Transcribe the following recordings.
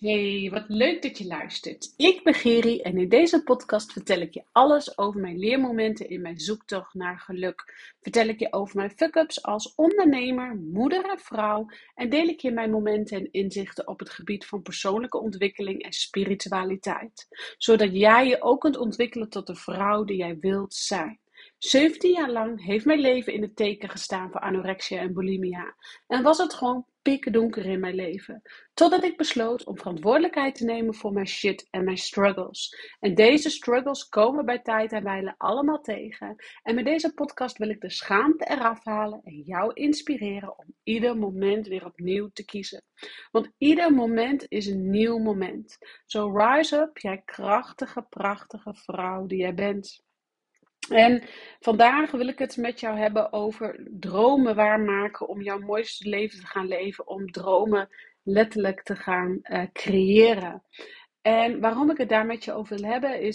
Hey, wat leuk dat je luistert. Ik ben Geri en in deze podcast vertel ik je alles over mijn leermomenten in mijn zoektocht naar geluk. Vertel ik je over mijn fuck-ups als ondernemer, moeder en vrouw en deel ik je mijn momenten en inzichten op het gebied van persoonlijke ontwikkeling en spiritualiteit. Zodat jij je ook kunt ontwikkelen tot de vrouw die jij wilt zijn. 17 jaar lang heeft mijn leven in het teken gestaan voor anorexia en bulimia. En was het gewoon pikkendonker in mijn leven. Totdat ik besloot om verantwoordelijkheid te nemen voor mijn shit en mijn struggles. En deze struggles komen bij tijd en wijle allemaal tegen. En met deze podcast wil ik de schaamte eraf halen en jou inspireren om ieder moment weer opnieuw te kiezen. Want ieder moment is een nieuw moment. So rise up, jij krachtige, prachtige vrouw die jij bent. En vandaag wil ik het met jou hebben over dromen waarmaken om jouw mooiste leven te gaan leven, om dromen letterlijk te gaan creëren. En waarom ik het daar met je over wil hebben is,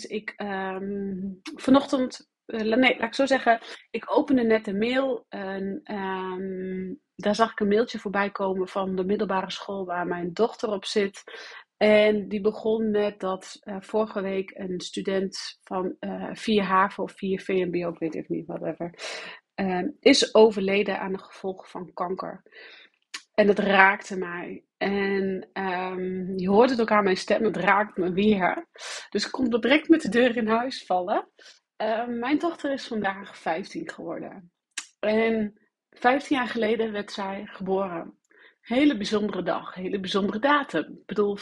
vanochtend, nee, laat ik zo zeggen, ik opende net een mail en daar zag ik een mailtje voorbij komen van de middelbare school waar mijn dochter op zit. En die begon met dat vorige week een student van 4 HAVO of 4 VMBO, ik weet het niet, whatever, is overleden aan de gevolgen van kanker. En dat raakte mij. En je hoort het ook aan mijn stem, het raakt me weer. Dus ik kon direct met de deur in huis vallen. Mijn dochter is vandaag 15 geworden. En 15 jaar geleden werd zij geboren. Hele bijzondere dag, hele bijzondere datum. Ik bedoel,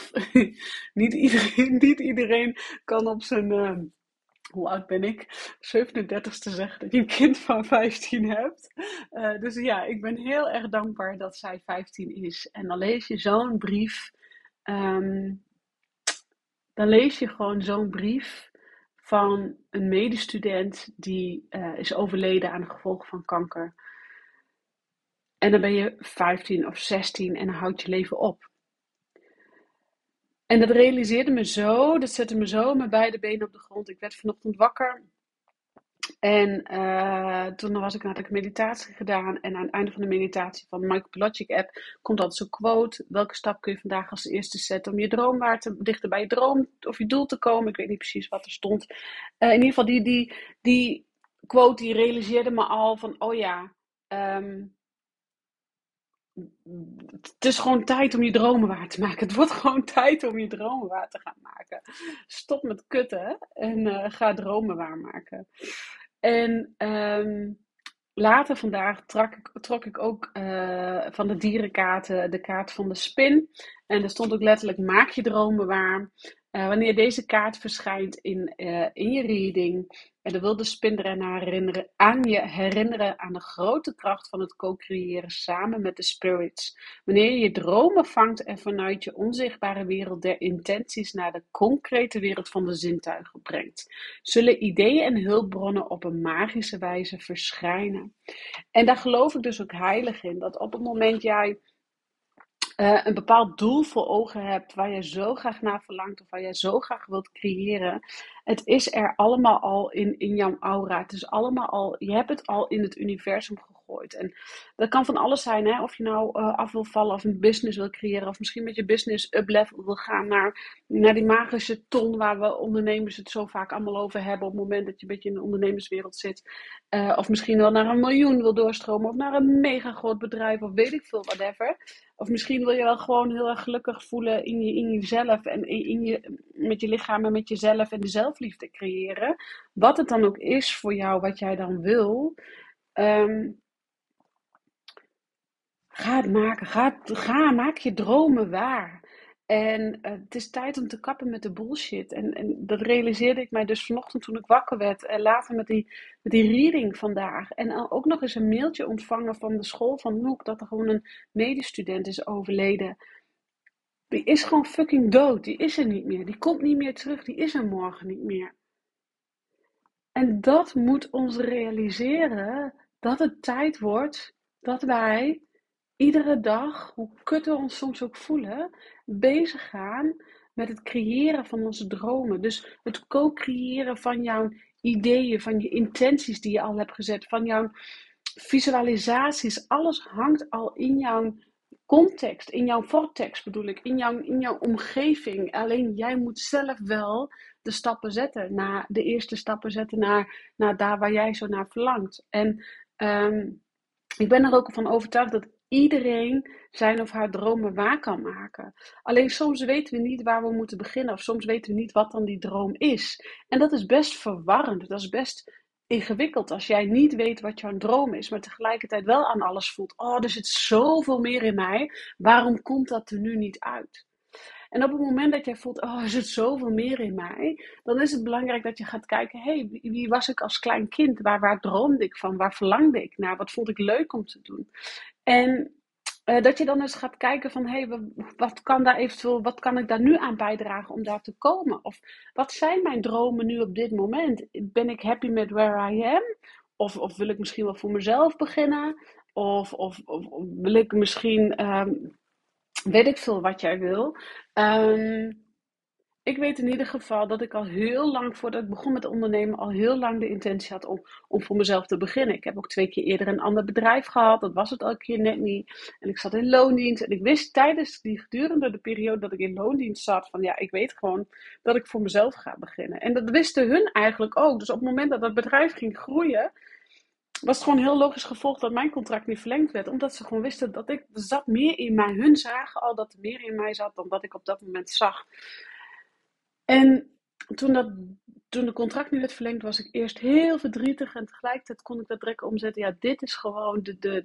niet iedereen kan op zijn, hoe oud ben ik? 37ste zeggen dat je een kind van 15 hebt. Dus ja, ik ben heel erg dankbaar dat zij 15 is. En dan lees je zo'n brief. ehm, Dan lees je gewoon zo'n brief van een medestudent die is overleden aan de gevolgen van kanker. En dan ben je 15 of 16 en dan houdt je leven op. En dat realiseerde me zo, dat zette me zo met beide benen op de grond. Ik werd vanochtend wakker en toen was ik had ik meditatie gedaan. En aan het einde van de meditatie van de Michael Pilatschik app komt altijd zo'n quote. Welke stap kun je vandaag als eerste zetten om je droom dichter bij je droom of je doel te komen? Ik weet niet precies wat er stond. In ieder geval die quote die realiseerde me al van, oh ja, het is gewoon tijd om je dromen waar te maken. Het wordt gewoon tijd om je dromen waar te gaan maken. Stop met kutten en ga dromen waarmaken. En later vandaag trok ik ook van de dierenkaarten de kaart van de spin. En er stond ook letterlijk: maak je dromen waar. Wanneer deze kaart verschijnt in je reading, en dan wil de spin herinneren aan de grote kracht van het co-creëren samen met de spirits. Wanneer je je dromen vangt en vanuit je onzichtbare wereld der intenties naar de concrete wereld van de zintuigen brengt, zullen ideeën en hulpbronnen op een magische wijze verschijnen. En daar geloof ik dus ook heilig in, dat op het moment jij een bepaald doel voor ogen hebt, waar je zo graag naar verlangt of waar je zo graag wilt creëren, het is er allemaal al in jouw aura. Het is allemaal al, je hebt het al in het universum gegooid. En dat kan van alles zijn, hè? Of je nou af wil vallen of een business wil creëren, of misschien met je business up-level wil gaan naar die magische ton waar we ondernemers het zo vaak allemaal over hebben op het moment dat je een beetje in de ondernemerswereld zit. Of misschien wel naar 1 miljoen wil doorstromen, of naar een mega groot bedrijf, of weet ik veel, whatever. Of misschien wil je wel gewoon heel erg gelukkig voelen in jezelf en met je lichaam en met jezelf en de zelfliefde creëren. Wat het dan ook is voor jou, wat jij dan wil. Ga het maken. Maak je dromen waar. En het is tijd om te kappen met de bullshit. En dat realiseerde ik mij dus vanochtend toen ik wakker werd. En later met die reading vandaag. En ook nog eens een mailtje ontvangen van de school van Noek. Dat er gewoon een medestudent is overleden. Die is gewoon fucking dood. Die is er niet meer. Die komt niet meer terug. Die is er morgen niet meer. En dat moet ons realiseren. Dat het tijd wordt dat wij iedere dag, hoe kut we ons soms ook voelen, bezig gaan met het creëren van onze dromen. Dus het co-creëren van jouw ideeën, van je intenties die je al hebt gezet, van jouw visualisaties. Alles hangt al in jouw context, in jouw vortex bedoel ik, in jouw omgeving. Alleen jij moet zelf wel de stappen zetten, de eerste stappen zetten naar daar waar jij zo naar verlangt. En ik ben er ook van overtuigd dat iedereen zijn of haar dromen waar kan maken. Alleen soms weten we niet waar we moeten beginnen. Of soms weten we niet wat dan die droom is. En dat is best verwarrend. Dat is best ingewikkeld als jij niet weet wat jouw droom is. Maar tegelijkertijd wel aan alles voelt. Oh, er zit zoveel meer in mij. Waarom komt dat er nu niet uit? En op het moment dat jij voelt, oh, er zit zoveel meer in mij, dan is het belangrijk dat je gaat kijken, hey, wie was ik als klein kind? Waar droomde ik van? Waar verlangde ik naar? Wat vond ik leuk om te doen? En dat je dan eens gaat kijken van, hey, wat kan ik daar nu aan bijdragen om daar te komen? Of wat zijn mijn dromen nu op dit moment? Ben ik happy met where I am? Of wil ik misschien wel voor mezelf beginnen? Of wil ik misschien weet ik veel wat jij wil. Ik weet in ieder geval dat ik al heel lang, voordat ik begon met ondernemen, al heel lang de intentie had om voor mezelf te beginnen. Ik heb ook 2 keer eerder een ander bedrijf gehad. Dat was het elke keer net niet. En ik zat in loondienst. En ik wist gedurende de periode dat ik in loondienst zat, van ja, ik weet gewoon dat ik voor mezelf ga beginnen. En dat wisten hun eigenlijk ook. Dus op het moment dat dat bedrijf ging groeien, was het gewoon een heel logisch gevolg dat mijn contract niet verlengd werd. Omdat ze gewoon wisten dat er zat meer in mij. Hun zagen al dat er meer in mij zat dan dat ik op dat moment zag. En toen de contract niet werd verlengd, was ik eerst heel verdrietig. En tegelijkertijd kon ik dat direct omzetten. Ja, dit is gewoon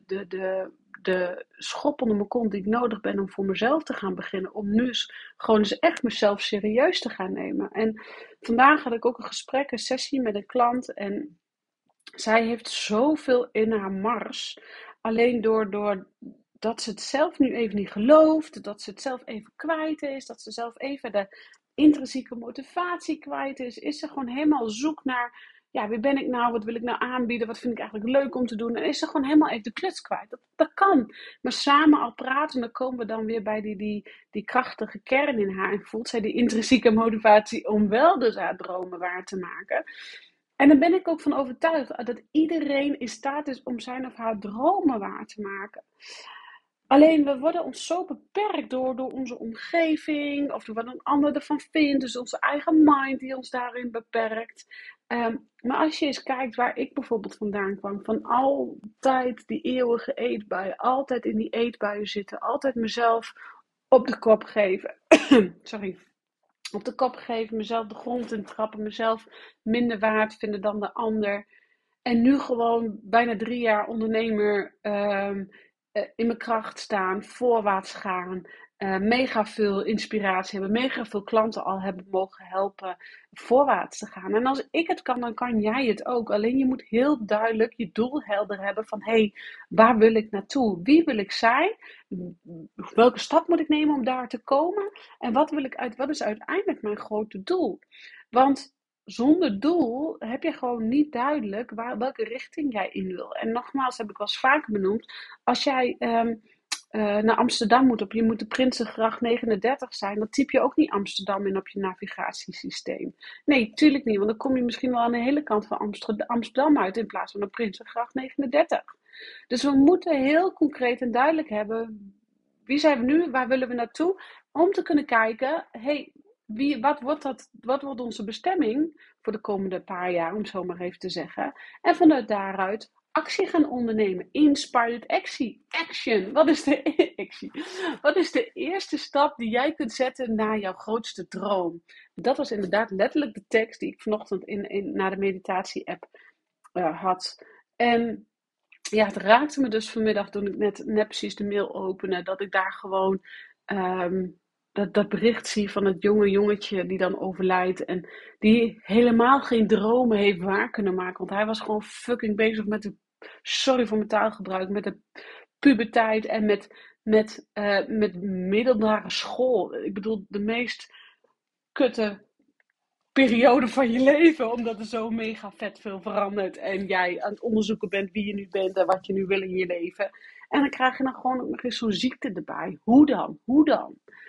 de schop onder mijn kont die ik nodig ben om voor mezelf te gaan beginnen. Om nu gewoon eens echt mezelf serieus te gaan nemen. En vandaag had ik ook een sessie met een klant. En zij heeft zoveel in haar mars. Alleen door dat ze het zelf nu even niet gelooft. Dat ze het zelf even kwijt is. Dat ze zelf even de intrinsieke motivatie kwijt is. Is ze gewoon helemaal zoek naar, ja, wie ben ik nou? Wat wil ik nou aanbieden? Wat vind ik eigenlijk leuk om te doen? En is ze gewoon helemaal even de kluts kwijt. Dat kan. Maar samen al praten, dan komen we dan weer bij die krachtige kern in haar. En voelt zij die intrinsieke motivatie om wel dus haar dromen waar te maken. En daar ben ik ook van overtuigd dat iedereen in staat is om zijn of haar dromen waar te maken. Alleen we worden ons zo beperkt door onze omgeving of door wat een ander ervan vindt. Dus onze eigen mind die ons daarin beperkt. Maar als je eens kijkt waar ik bijvoorbeeld vandaan kwam. Van altijd die eeuwige eetbuien. Altijd in die eetbuien zitten. Altijd mezelf op de kop geven. Sorry. Op de kop geven, mezelf de grond in trappen, mezelf minder waard vinden dan de ander. En nu gewoon bijna 3 jaar ondernemer in mijn kracht staan, voorwaarts gaan. Mega veel inspiratie hebben, mega veel klanten al hebben mogen helpen voorwaarts te gaan. En als ik het kan, dan kan jij het ook. Alleen je moet heel duidelijk je doel helder hebben van hey, waar wil ik naartoe? Wie wil ik zijn? Welke stap moet ik nemen om daar te komen? En wat is uiteindelijk mijn grote doel? Want zonder doel heb je gewoon niet duidelijk welke richting jij in wil. En nogmaals, heb ik wel eens vaker benoemd. Als jij naar Amsterdam moet, je moet de Prinsengracht 39 zijn, dan typ je ook niet Amsterdam in op je navigatiesysteem. Nee, tuurlijk niet, want dan kom je misschien wel aan de hele kant van Amsterdam uit in plaats van de Prinsengracht 39. Dus we moeten heel concreet en duidelijk hebben, wie zijn we nu, waar willen we naartoe, om te kunnen kijken, hey, wat wordt onze bestemming voor de komende paar jaar, om zo maar even te zeggen. En vanuit daaruit actie gaan ondernemen. Inspired action. Wat is de eerste stap die jij kunt zetten naar jouw grootste droom? Dat was inderdaad letterlijk de tekst die ik vanochtend naar de meditatie-app had. En ja, het raakte me dus vanmiddag toen ik net precies de mail opende, dat ik daar gewoon dat bericht zie van het jonge jongetje die dan overlijdt en die helemaal geen dromen heeft waar kunnen maken. Want hij was gewoon fucking bezig met sorry voor mijn taalgebruik, met de puberteit en met middelbare school. Ik bedoel, de meest kutte periode van je leven, omdat er zo mega vet veel verandert en jij aan het onderzoeken bent wie je nu bent en wat je nu wil in je leven. En dan krijg je dan gewoon ook nog eens zo'n ziekte erbij. Hoe dan?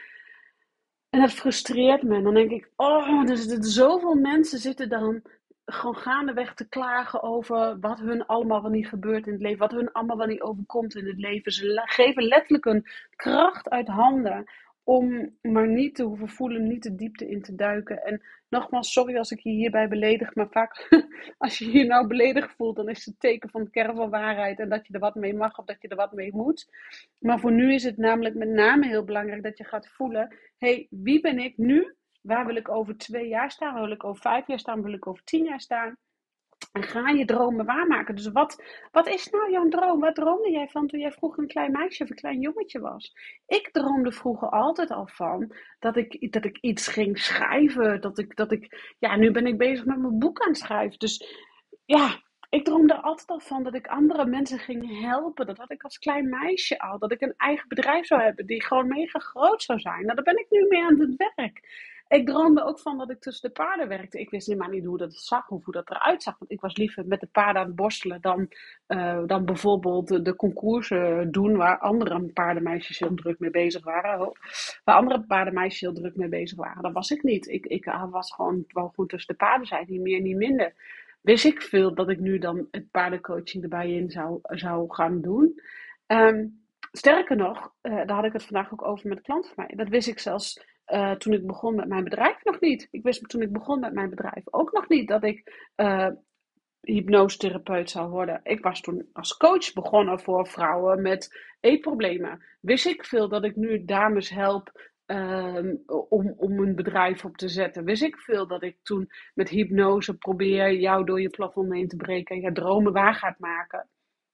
En dat frustreert me. En dan denk ik, oh, zoveel mensen zitten dan gewoon gaandeweg te klagen over wat hun allemaal wel niet gebeurt in het leven. Wat hun allemaal wel niet overkomt in het leven. Ze geven letterlijk hun kracht uit handen om maar niet te hoeven voelen, niet de diepte in te duiken. En nogmaals, sorry als ik je hierbij beledig, maar vaak als je je nou beledigd voelt, dan is het teken van de kern van waarheid en dat je er wat mee mag of dat je er wat mee moet. Maar voor nu is het namelijk met name heel belangrijk dat je gaat voelen, hé, wie ben ik nu? Waar wil ik over 2 jaar staan? Waar wil ik over 5 jaar staan? Waar wil ik over 10 jaar staan? En ga je dromen waarmaken. Dus wat is nou jouw droom? Wat droomde jij van toen jij vroeger een klein meisje of een klein jongetje was? Ik droomde vroeger altijd al van dat ik iets ging schrijven. Ja, nu ben ik bezig met mijn boek aan het schrijven. Dus ja, ik droomde er altijd al van dat ik andere mensen ging helpen. Dat had ik als klein meisje al. Dat ik een eigen bedrijf zou hebben die gewoon mega groot zou zijn. Nou, daar ben ik nu mee aan het werk. Ik droomde ook van dat ik tussen de paarden werkte. Ik wist helemaal niet hoe dat zag of hoe dat eruit zag. Want ik was liever met de paarden aan het borstelen dan bijvoorbeeld de concoursen doen waar andere paardenmeisjes heel druk mee bezig waren. Waar andere paardenmeisjes heel druk mee bezig waren. Dat was ik niet. Ik was gewoon, wou gewoon tussen de paarden zijn, niet meer, niet minder. Wist ik veel dat ik nu dan het paardencoaching erbij in zou gaan doen. Sterker nog, daar had ik het vandaag ook over met een klant van mij. Dat wist ik zelfs toen ik begon met mijn bedrijf nog niet. Ik wist toen ik begon met mijn bedrijf ook nog niet dat ik hypnosetherapeut zou worden. Ik was toen als coach begonnen voor vrouwen met eetproblemen. Wist ik veel dat ik nu dames help om een bedrijf op te zetten. Wist ik veel dat ik toen met hypnose probeer jou door je plafond heen te breken en je dromen waar gaat maken.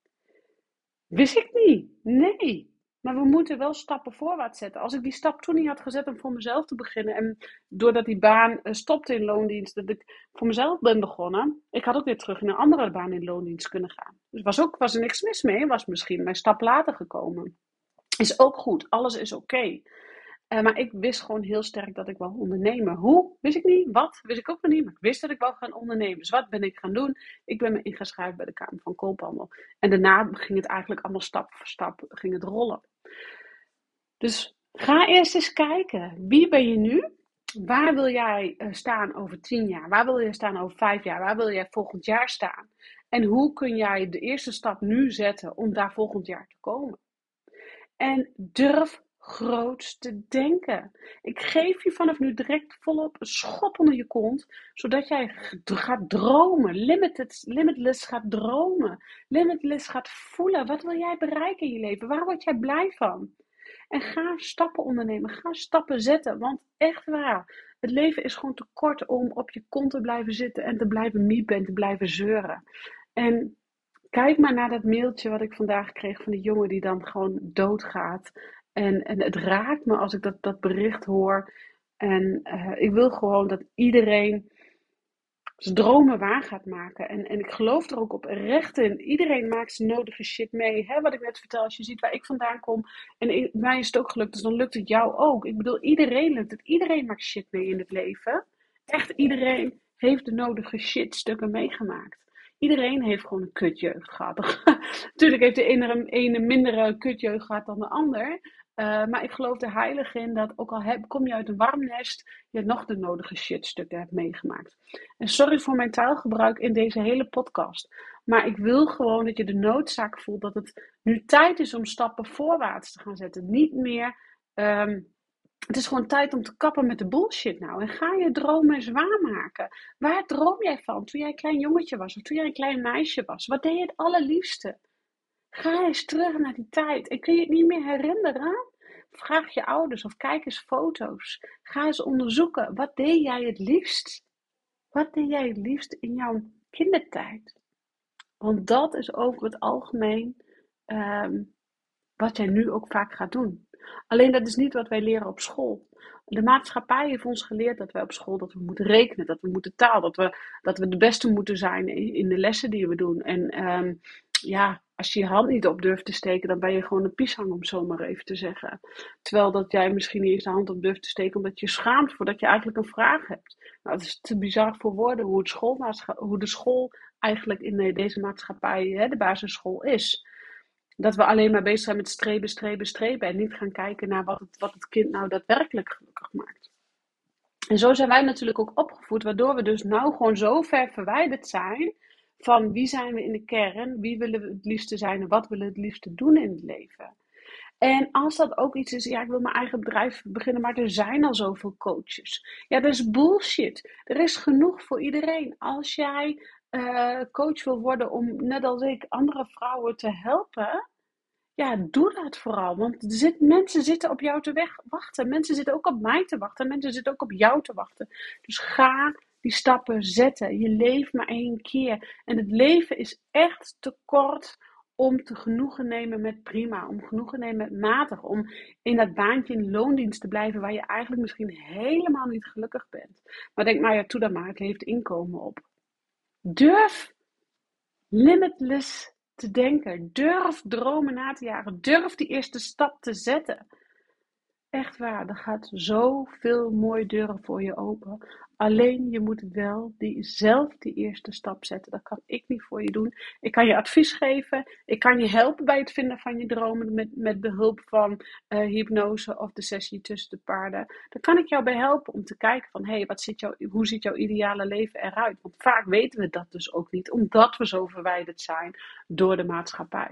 Wist ik niet. Nee. Maar we moeten wel stappen voorwaarts zetten. Als ik die stap toen niet had gezet om voor mezelf te beginnen. En doordat die baan stopte in loondienst. Dat ik voor mezelf ben begonnen. Ik had ook weer terug in een andere baan in loondienst kunnen gaan. Dus was er niks mis mee. Was misschien mijn stap later gekomen. Is ook goed. Alles is oké. Maar ik wist gewoon heel sterk dat ik wou ondernemen. Hoe? Wist ik niet. Wat? Wist ik ook nog niet. Maar ik wist dat ik wou gaan ondernemen. Dus wat ben ik gaan doen? Ik ben me ingeschreven bij de Kamer van Koophandel. En daarna ging het eigenlijk allemaal stap voor stap ging het rollen. Dus ga eerst eens kijken. Wie ben je nu? Waar wil jij staan over 10 jaar? Waar wil je staan over 5 jaar? Waar wil jij volgend jaar staan? En hoe kun jij de eerste stap nu zetten om daar volgend jaar te komen? En durf groots te denken. Ik geef je vanaf nu direct volop een schop onder je kont, zodat jij gaat dromen, limitless gaat dromen, limitless gaat voelen. Wat wil jij bereiken in je leven? Waar word jij blij van? En ga stappen ondernemen, ga stappen zetten, want echt waar, het leven is gewoon te kort om op je kont te blijven zitten en te blijven miepen en te blijven zeuren. En kijk maar naar dat mailtje wat ik vandaag kreeg van die jongen die dan gewoon doodgaat. En het raakt me als ik dat bericht hoor. En ik wil gewoon dat iedereen zijn dromen waar gaat maken. En ik geloof er ook oprecht in. Iedereen maakt zijn nodige shit mee. Hè? Wat ik net vertel, als je ziet waar ik vandaan kom. En mij is het ook gelukt, dus dan lukt het jou ook. Ik bedoel, iedereen lukt het. Iedereen maakt shit mee in het leven. Echt iedereen heeft de nodige shitstukken meegemaakt. Iedereen heeft gewoon een kutjeugd gehad. Natuurlijk heeft de ene mindere kutjeugd gehad dan de ander. Maar ik geloof er heilig in dat ook al kom je uit een warm nest, je nog de nodige shitstukken hebt meegemaakt. En sorry voor mijn taalgebruik in deze hele podcast. Maar ik wil gewoon dat je de noodzaak voelt dat het nu tijd is om stappen voorwaarts te gaan zetten. Niet meer. Het is gewoon tijd om te kappen met de bullshit nou. En ga je dromen eens waarmaken. Waar droom jij van toen jij een klein jongetje was? Of toen jij een klein meisje was? Wat deed je het allerliefste? Ga eens terug naar die tijd. En kun je het niet meer herinneren? Vraag je ouders of kijk eens foto's. Ga eens onderzoeken. Wat deed jij het liefst? Wat deed jij het liefst in jouw kindertijd? Want dat is over het algemeen wat jij nu ook vaak gaat doen. Alleen dat is niet wat wij leren op school. De maatschappij heeft ons geleerd dat wij op school dat we moeten rekenen, dat we moeten taal, dat we de beste moeten zijn in de lessen die we doen. En ja, als je je hand niet op durft te steken, dan ben je gewoon een pieshang, om zo maar even te zeggen. Terwijl dat jij misschien niet eens de hand op durft te steken, omdat je je schaamt voordat je eigenlijk een vraag hebt. Nou, het is te bizar voor woorden hoe de school eigenlijk in deze maatschappij, de basisschool is. Dat we alleen maar bezig zijn met strepen en niet gaan kijken naar wat het kind nou daadwerkelijk gelukkig maakt. En zo zijn wij natuurlijk ook opgevoed, waardoor we dus nou gewoon zo ver verwijderd zijn van wie zijn we in de kern, wie willen we het liefste zijn en wat willen we het liefste doen in het leven. En als dat ook iets is, ja, ik wil mijn eigen bedrijf beginnen, maar er zijn al zoveel coaches. Ja, dat is bullshit. Er is genoeg voor iedereen. Als jij coach wil worden om, net als ik, andere vrouwen te helpen, ja, doe dat vooral. Want mensen zitten op jou te wachten. Mensen zitten ook op mij te wachten. Mensen zitten ook op jou te wachten. Dus ga die stappen zetten. Je leeft maar één keer. En het leven is echt te kort om te genoegen nemen met prima. Om genoegen nemen met matig. Om in dat baantje in loondienst te blijven waar je eigenlijk misschien helemaal niet gelukkig bent. Maar denk maar, ja, doe dat maar. Het heeft inkomen op. Durf limitless te denken. Durf dromen na te jagen. Durf die eerste stap te zetten. Echt waar, er gaat zoveel mooie deuren voor je open. Alleen je moet wel zelf die eerste stap zetten. Dat kan ik niet voor je doen. Ik kan je advies geven. Ik kan je helpen bij het vinden van je dromen met behulp van hypnose of de sessie tussen de paarden. Daar kan ik jou bij helpen om te kijken van hey, hoe ziet jouw ideale leven eruit? Want vaak weten we dat dus ook niet, omdat we zo verwijderd zijn door de maatschappij.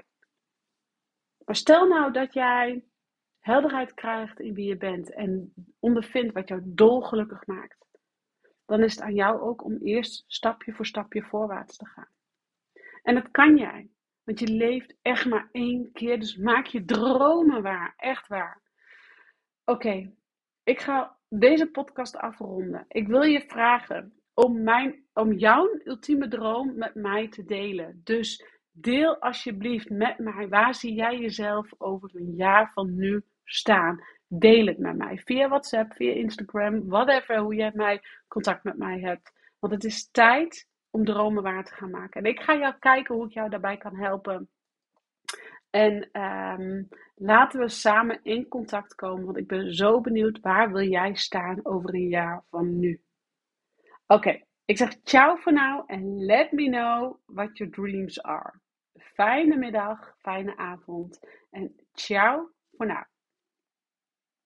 Maar stel nou dat jij helderheid krijgt in wie je bent en ondervindt wat jou dolgelukkig maakt, dan is het aan jou ook om eerst stapje voor stapje voorwaarts te gaan. En dat kan jij, want je leeft echt maar één keer, dus maak je dromen waar, echt waar. Oké, ik ga deze podcast afronden. Ik wil je vragen om jouw ultieme droom met mij te delen. Dus deel alsjeblieft met mij, waar zie jij jezelf over een jaar van nu staan? Deel het met mij via WhatsApp, via Instagram, whatever, hoe jij contact met mij hebt. Want het is tijd om dromen waar te gaan maken. En ik ga jou kijken hoe ik jou daarbij kan helpen. En laten we samen in contact komen, want ik ben zo benieuwd, waar wil jij staan over een jaar van nu? Oké, ik zeg ciao voor nu en let me know what your dreams are. Fijne middag, fijne avond en ciao voor nu.